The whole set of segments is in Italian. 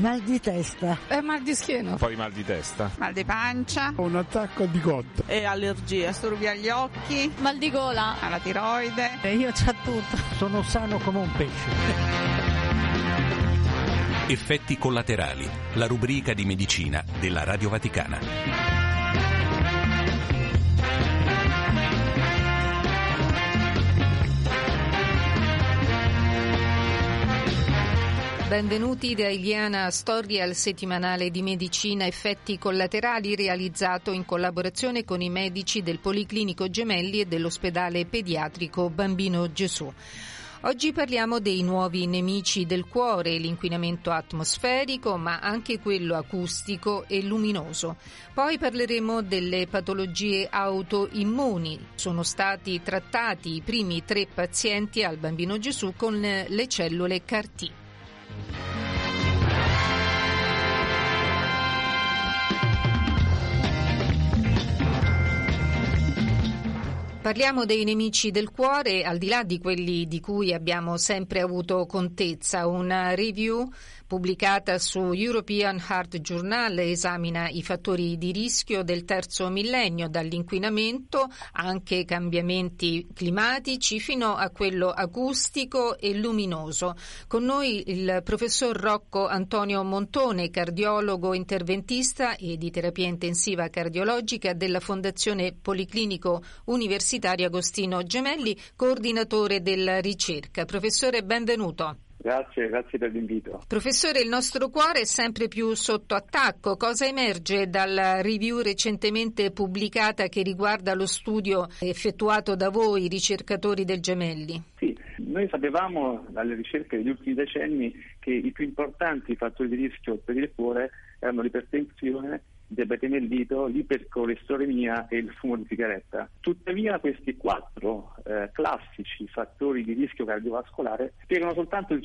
Mal di testa. Mal di schiena. Poi mal di testa. Mal di pancia. Un attacco di cotta. E allergie. Disturbi agli occhi. Mal di gola. Alla tiroide. E io c'ho tutto. Sono sano come un pesce. Effetti collaterali, la rubrica di medicina della Radio Vaticana. Benvenuti da Iliana Storri al settimanale di medicina Effetti collaterali, realizzato in collaborazione con i medici del Policlinico Gemelli e dell'ospedale pediatrico Bambino Gesù. Oggi parliamo dei nuovi nemici del cuore, l'inquinamento atmosferico, ma anche quello acustico e luminoso. Poi parleremo delle patologie autoimmuni. Sono stati trattati i primi 3 pazienti al Bambino Gesù con le cellule CAR-T. Parliamo dei nemici del cuore, al di là di quelli di cui abbiamo sempre avuto contezza. Una review pubblicata su European Heart Journal esamina i fattori di rischio del terzo millennio, dall'inquinamento, anche cambiamenti climatici, fino a quello acustico e luminoso. Con noi il professor Rocco Antonio Montone, cardiologo interventista e di terapia intensiva cardiologica della Fondazione Policlinico Universitario Agostino Gemelli, coordinatore della ricerca. Professore, benvenuto. Grazie per l'invito. Professore, il nostro cuore è sempre più sotto attacco. Cosa emerge dalla review recentemente pubblicata che riguarda lo studio effettuato da voi, ricercatori del Gemelli? Sì, noi sapevamo dalle ricerche degli ultimi decenni che i più importanti fattori di rischio per il cuore erano l'ipertensione, il diabete mellito, l'ipercolesterolemia e il fumo di sigaretta. Tuttavia questi 4 classici fattori di rischio cardiovascolare spiegano soltanto il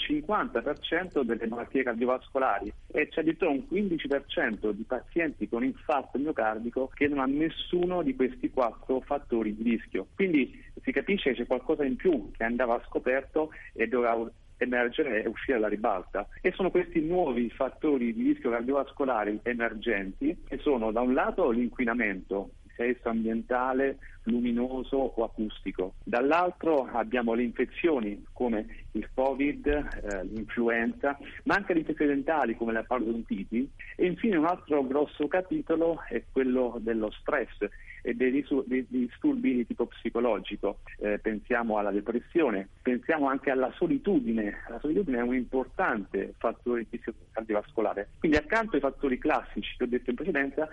50% delle malattie cardiovascolari e c'è addirittura un 15% di pazienti con infarto miocardico che non ha nessuno di questi 4 fattori di rischio. Quindi si capisce che c'è qualcosa in più che andava scoperto e doveva emergere e uscire alla ribalta, e sono questi nuovi fattori di rischio cardiovascolari emergenti che sono da un lato l'inquinamento, sia esso ambientale, luminoso o acustico, dall'altro abbiamo le infezioni come il Covid, l'influenza, ma anche le infezioni dentali come la parodontiti, e infine un altro grosso capitolo è quello dello stress e dei disturbi di tipo psicologico. Pensiamo alla depressione, pensiamo anche alla solitudine. La solitudine è un importante fattore di rischio cardiovascolare. Quindi accanto ai fattori classici che ho detto in precedenza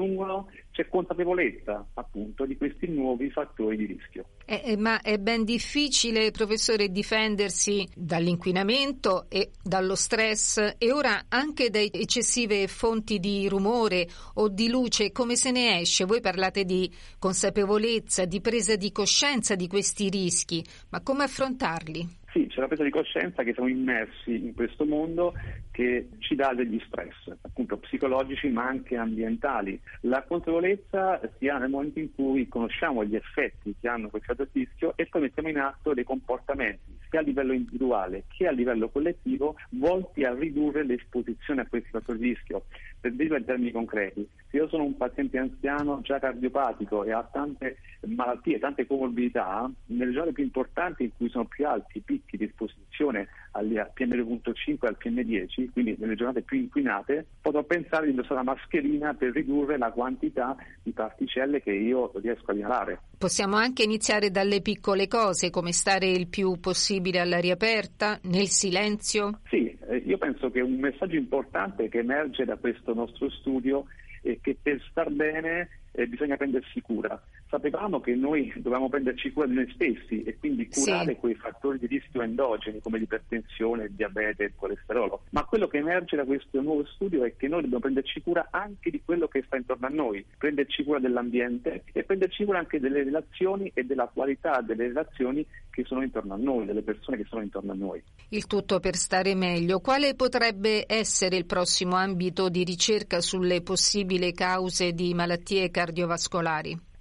c'è consapevolezza appunto di questi nuovi fattori di rischio. Ma è ben difficile, professore, difendersi dall'inquinamento e dallo stress e ora anche da eccessive fonti di rumore o di luce. Come se ne esce? Voi parlate di consapevolezza, di presa di coscienza di questi rischi, ma come affrontarli? Sì, c'è la presa di coscienza che siamo immersi in questo mondo che ci dà degli stress, appunto psicologici ma anche ambientali. La consapevolezza si ha nel momento in cui conosciamo gli effetti che hanno questi fattori di rischio e poi mettiamo in atto dei comportamenti, sia a livello individuale che a livello collettivo, volti a ridurre l'esposizione a questi fattori di rischio. Per dirlo in termini concreti, se io sono un paziente anziano già cardiopatico e ha tante malattie, tante comorbidità, nelle giornate più importanti in cui sono più alti i picchi di esposizione al PM2.5 e al PM10, quindi nelle giornate più inquinate, potrò pensare di indossare la mascherina per ridurre la quantità di particelle che io riesco ad inalare. Possiamo anche iniziare dalle piccole cose, come stare il più possibile all'aria aperta, nel silenzio? Sì, io penso che un messaggio importante che emerge da questo nostro studio è che per star bene bisogna prendersi cura. Sapevamo che noi dovevamo prenderci cura di noi stessi e quindi curare quei fattori di rischio endogeni come l'ipertensione, il diabete e il colesterolo, ma quello che emerge da questo nuovo studio è che noi dobbiamo prenderci cura anche di quello che sta intorno a noi, prenderci cura dell'ambiente e prenderci cura anche delle relazioni e della qualità delle relazioni che sono intorno a noi, delle persone che sono intorno a noi. Il tutto per stare meglio. Quale potrebbe essere il prossimo ambito di ricerca sulle possibili cause di malattie cardiovascolari?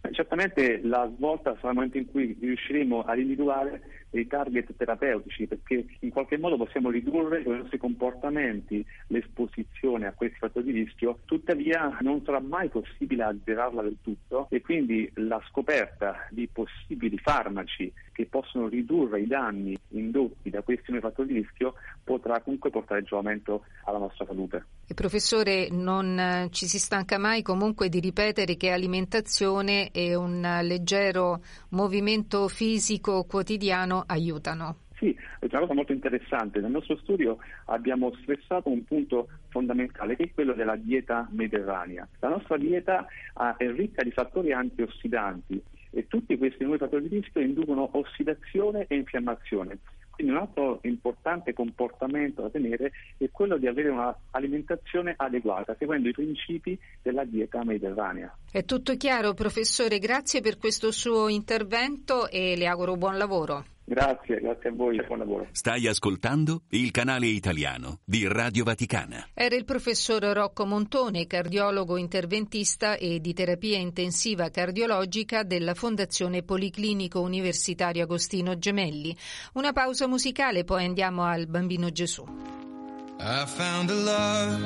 Certamente la svolta sarà il momento in cui riusciremo ad individuare dei target terapeutici, perché in qualche modo possiamo ridurre con i nostri comportamenti l'esposizione a questi fattori di rischio. Tuttavia non sarà mai possibile azzerarla del tutto, e quindi la scoperta di possibili farmaci che possono ridurre i danni indotti da questi nuovi fattori di rischio potrà comunque portare giovamento alla nostra salute. E professore, non ci si stanca mai comunque di ripetere che alimentazione e un leggero movimento fisico quotidiano aiutano. Sì, è una cosa molto interessante. Nel nostro studio abbiamo stressato un punto fondamentale, che è quello della dieta mediterranea. La nostra dieta è ricca di fattori antiossidanti, e tutti questi nuovi fattori di rischio inducono ossidazione e infiammazione. Quindi un altro importante comportamento da tenere è quello di avere un'alimentazione adeguata, seguendo i principi della dieta mediterranea. È tutto chiaro, professore, grazie per questo suo intervento e le auguro buon lavoro. Grazie a voi, buon lavoro. Stai ascoltando il canale italiano di Radio Vaticana. Era il professor Rocco Montone, cardiologo interventista e di terapia intensiva cardiologica della Fondazione Policlinico Universitario Agostino Gemelli. Una pausa musicale, poi andiamo al Bambino Gesù. I found a love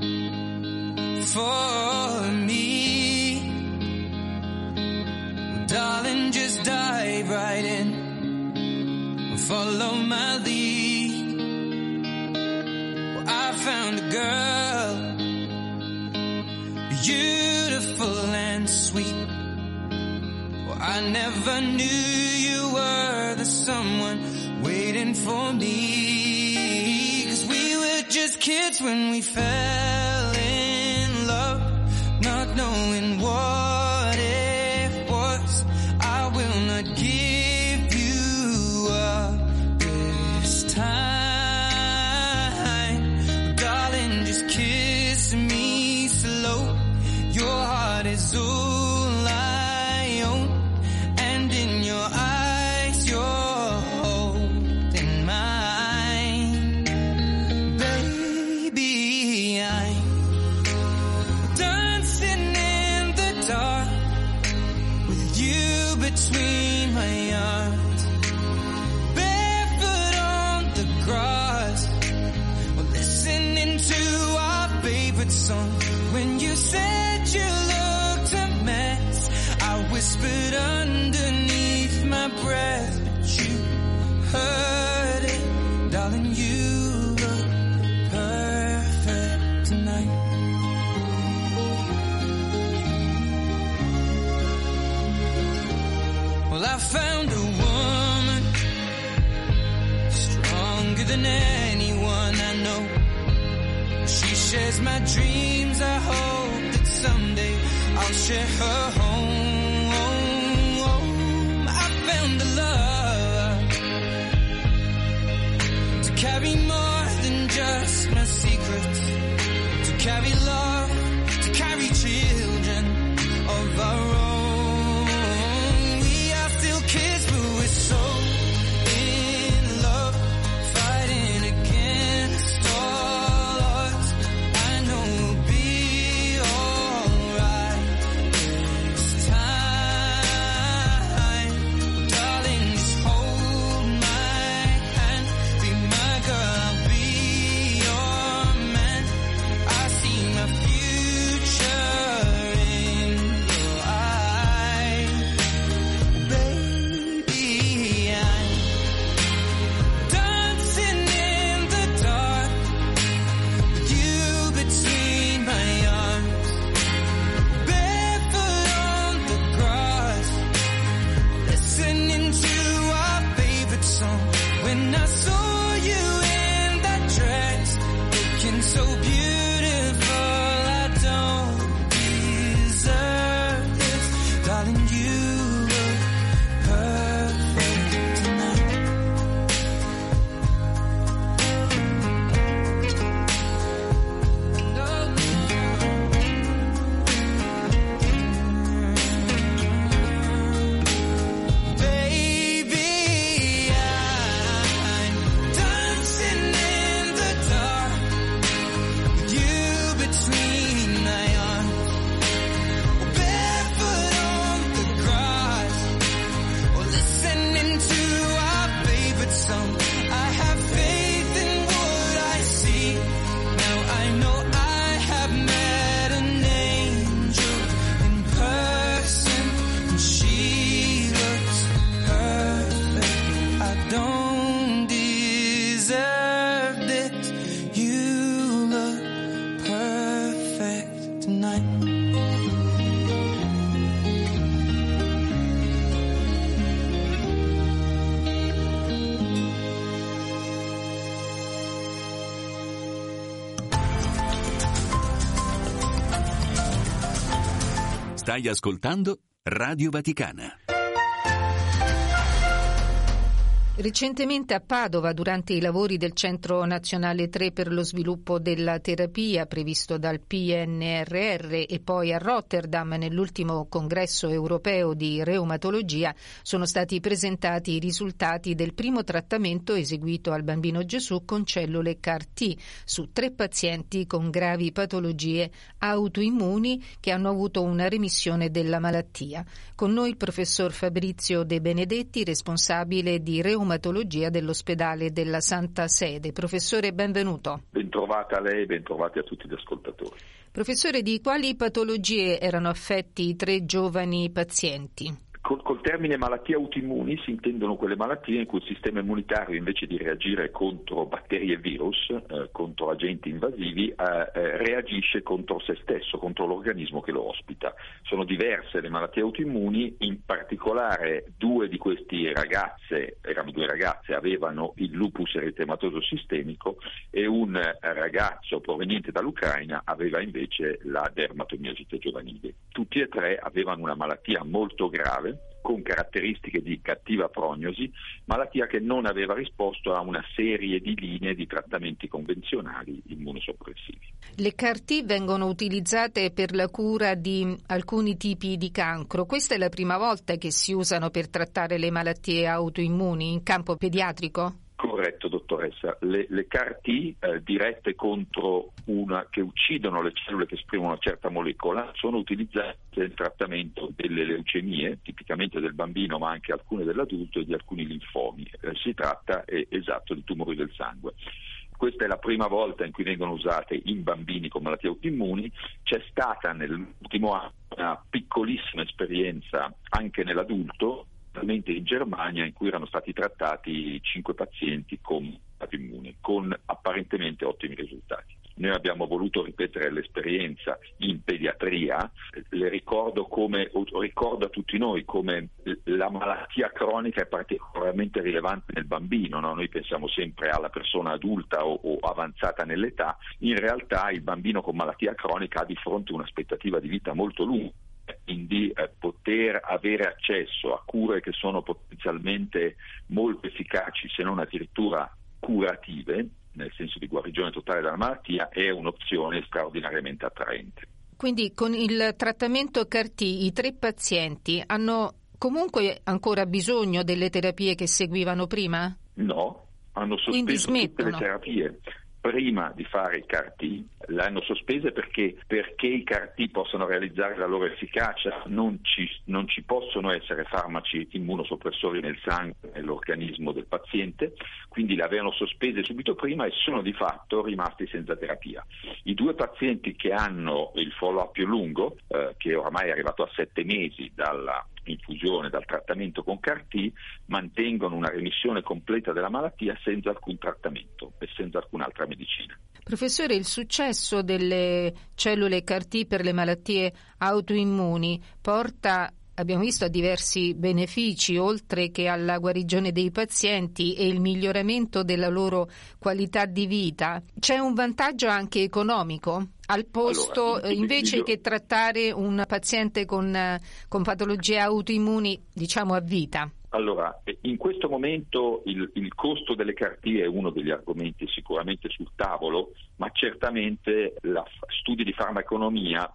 for me. Darling, just dive right in. Follow my lead. Well, I found a girl, beautiful and sweet. Well, I never knew you were the someone waiting for me. 'Cause we were just kids when we fell in love, not knowing what it was. I will not give you up this time, darling, just kiss me slow. Your heart is all I own, and in your eyes you're holding mine. Baby, I'm dancing in the dark with you between my arms. Song. When you said you looked a mess, I whispered underneath my breath, but you heard it, darling, you look perfect tonight. Well, I found a woman stronger than anyone I know. She shares my dreams. I hope that someday I'll share her home. I found a love to carry more than just my secrets, to carry love, to carry children of our own. We are still kids, but we're so in love, fighting against all odds. I know we'll be alright this time. Stai ascoltando Radio Vaticana. Recentemente a Padova, durante i lavori del Centro Nazionale 3 per lo sviluppo della terapia previsto dal PNRR e poi a Rotterdam nell'ultimo congresso europeo di reumatologia, sono stati presentati i risultati del primo trattamento eseguito al bambino Gesù con cellule CAR-T su 3 pazienti con gravi patologie autoimmuni che hanno avuto una remissione della malattia. Con noi il professor Fabrizio De Benedetti, responsabile di reumatologia dell'ospedale della Santa Sede. Professore, benvenuto. Bentrovata a lei, bentrovati a tutti gli ascoltatori. Professore, di quali patologie erano affetti i 3 giovani pazienti? Col termine malattie autoimmuni si intendono quelle malattie in cui il sistema immunitario, invece di reagire contro batteri e virus, contro agenti invasivi, reagisce contro se stesso, contro l'organismo che lo ospita. Sono diverse le malattie autoimmuni, in particolare 2 di queste ragazze, erano 2 ragazze, avevano il lupus eritematoso sistemico e un ragazzo proveniente dall'Ucraina aveva invece la dermatomiosite giovanile. Tutti e 3 avevano una malattia molto grave, con caratteristiche di cattiva prognosi, malattia che non aveva risposto a una serie di linee di trattamenti convenzionali immunosoppressivi. Le CAR-T vengono utilizzate per la cura di alcuni tipi di cancro. Questa è la prima volta che si usano per trattare le malattie autoimmuni in campo pediatrico? Corretto, dottoressa. Le CAR-T dirette contro che uccidono le cellule che esprimono una certa molecola sono utilizzate nel trattamento delle leucemie, tipicamente del bambino ma anche alcune dell'adulto, e di alcuni linfomi. Si tratta esatto di tumori del sangue. Questa è la prima volta in cui vengono usate in bambini con malattie autoimmuni. C'è stata nell'ultimo anno una piccolissima esperienza anche nell'adulto, in Germania, in cui erano stati trattati 5 pazienti con malattie immuni, con apparentemente ottimi risultati. Noi abbiamo voluto ripetere l'esperienza in pediatria. Le ricordo a tutti noi come la malattia cronica è particolarmente rilevante nel bambino, no? Noi pensiamo sempre alla persona adulta o avanzata nell'età. In realtà il bambino con malattia cronica ha di fronte un'aspettativa di vita molto lunga. Quindi poter avere accesso a cure che sono potenzialmente molto efficaci, se non addirittura curative, nel senso di guarigione totale dalla malattia, è un'opzione straordinariamente attraente. Quindi con il trattamento CAR-T i 3 pazienti hanno comunque ancora bisogno delle terapie che seguivano prima? No, hanno sospeso tutte le terapie. Prima di fare i CAR-T l'hanno sospese perché i CAR-T possano realizzare la loro efficacia non ci possono essere farmaci immunosoppressori nel sangue, nell'organismo del paziente, quindi le avevano sospese subito prima e sono di fatto rimasti senza terapia. I 2 pazienti che hanno il follow-up più lungo, che oramai è arrivato a 7 mesi dalla infusione, dal trattamento con CAR-T, mantengono una remissione completa della malattia senza alcun trattamento e senza alcun'altra medicina. Professore, il successo delle cellule CAR-T per le malattie autoimmuni porta, abbiamo visto, a diversi benefici, oltre che alla guarigione dei pazienti e il miglioramento della loro qualità di vita. C'è un vantaggio anche economico? Al posto, invece che trattare un paziente con patologie autoimmuni, diciamo, a vita? Allora, in questo momento il costo delle CAR-T è uno degli argomenti sicuramente sul tavolo, ma certamente studi di farmacoeconomia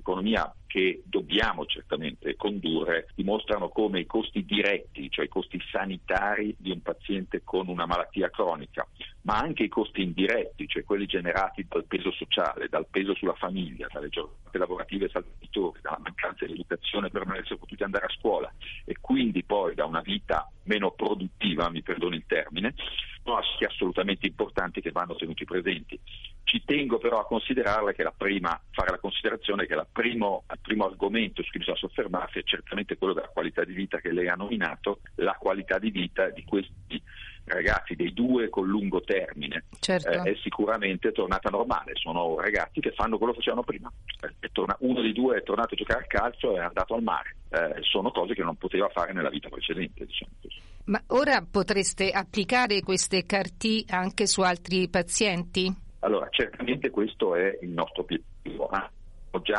che dobbiamo certamente condurre dimostrano come i costi diretti, cioè i costi sanitari di un paziente con una malattia cronica, ma anche i costi indiretti, cioè quelli generati dal peso sociale, dal peso sulla famiglia, dalle giornate lavorative saltatori, dalla mancanza di educazione per non essere potuti andare a scuola e quindi poi da una vita meno produttiva, mi perdoni il termine, sono assolutamente importanti che vanno tenuti presenti. Ci tengo però a considerare che fare la considerazione che il primo argomento su cui bisogna soffermarsi è certamente quello della qualità di vita che lei ha nominato, la qualità di vita di questi ragazzi, dei 2 con lungo termine, certo. È sicuramente tornata normale, sono ragazzi che fanno quello che facevano prima, uno dei 2 è tornato a giocare a calcio e è andato al mare, sono cose che non poteva fare nella vita precedente, diciamo così. Ma ora potreste applicare queste CAR-T anche su altri pazienti? Allora, certamente questo è il nostro obiettivo. Ho già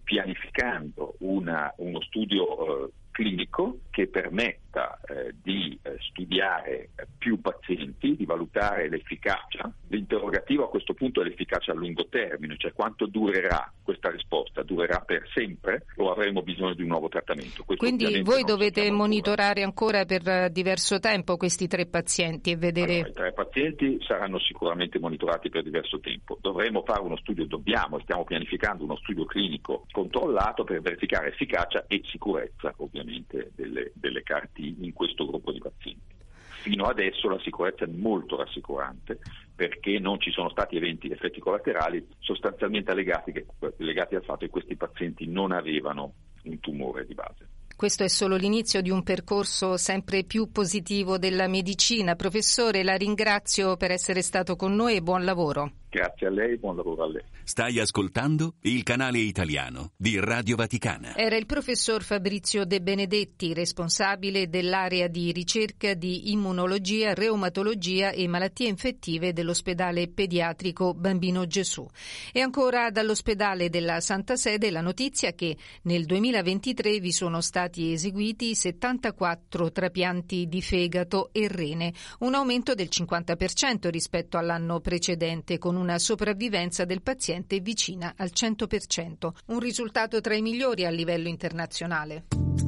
pianificando uno studio clinico che permetta di studiare più pazienti, di valutare l'efficacia. L'interrogativo a questo punto è l'efficacia a lungo termine, cioè quanto durerà questa risposta? Durerà per sempre o avremo bisogno di un nuovo trattamento? Quindi voi dovete monitorare ancora per diverso tempo questi 3 pazienti e vedere... Allora, i 3 pazienti saranno sicuramente monitorati per diverso tempo. Dovremo fare uno studio, stiamo pianificando uno studio clinico controllato per verificare efficacia e sicurezza, ovviamente, delle CAR-T in questo gruppo di pazienti. Fino adesso la sicurezza è molto rassicurante perché non ci sono stati effetti collaterali sostanzialmente legati al fatto che questi pazienti non avevano un tumore di base. Questo è solo l'inizio di un percorso sempre più positivo della medicina. Professore, la ringrazio per essere stato con noi e buon lavoro. Grazie a lei, buon lavoro a lei. Stai ascoltando il canale italiano di Radio Vaticana. Era il professor Fabrizio De Benedetti, responsabile dell'area di ricerca di immunologia, reumatologia e malattie infettive dell'ospedale pediatrico Bambino Gesù. E ancora dall'ospedale della Santa Sede la notizia che nel 2023 vi sono stati eseguiti 74 trapianti di fegato e rene, un aumento del 50% rispetto all'anno precedente, con una sopravvivenza del paziente vicina al 100%, un risultato tra i migliori a livello internazionale.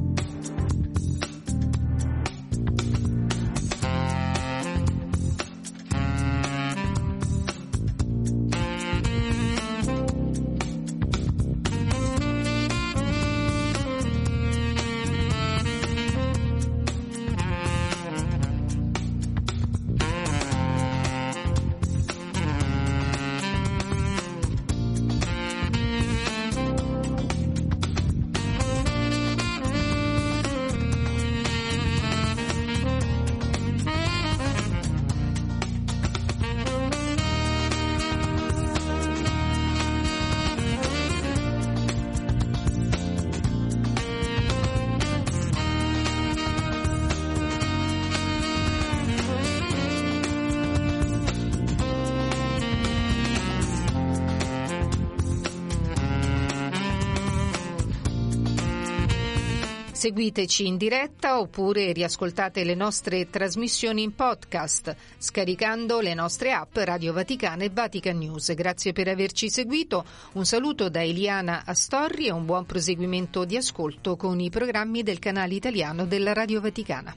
Seguiteci in diretta oppure riascoltate le nostre trasmissioni in podcast scaricando le nostre app Radio Vaticana e Vatican News. Grazie per averci seguito, un saluto da Eliana Astorri e un buon proseguimento di ascolto con i programmi del canale italiano della Radio Vaticana.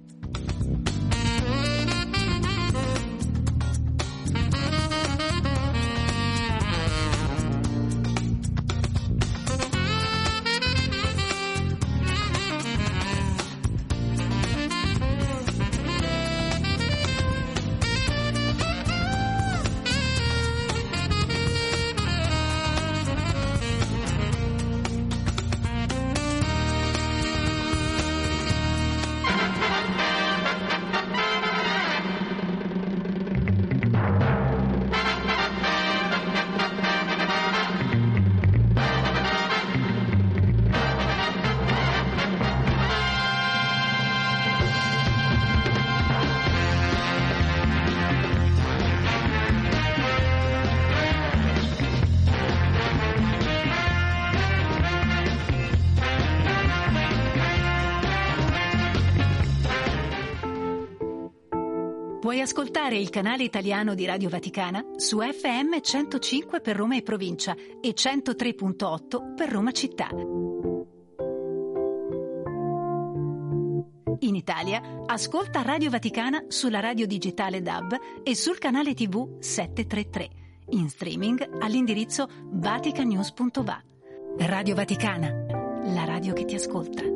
Puoi ascoltare il canale italiano di Radio Vaticana su FM 105 per Roma e provincia e 103.8 per Roma città. In Italia, ascolta Radio Vaticana sulla radio digitale DAB e sul canale TV 733. In streaming all'indirizzo vaticanews.va. Radio Vaticana, la radio che ti ascolta.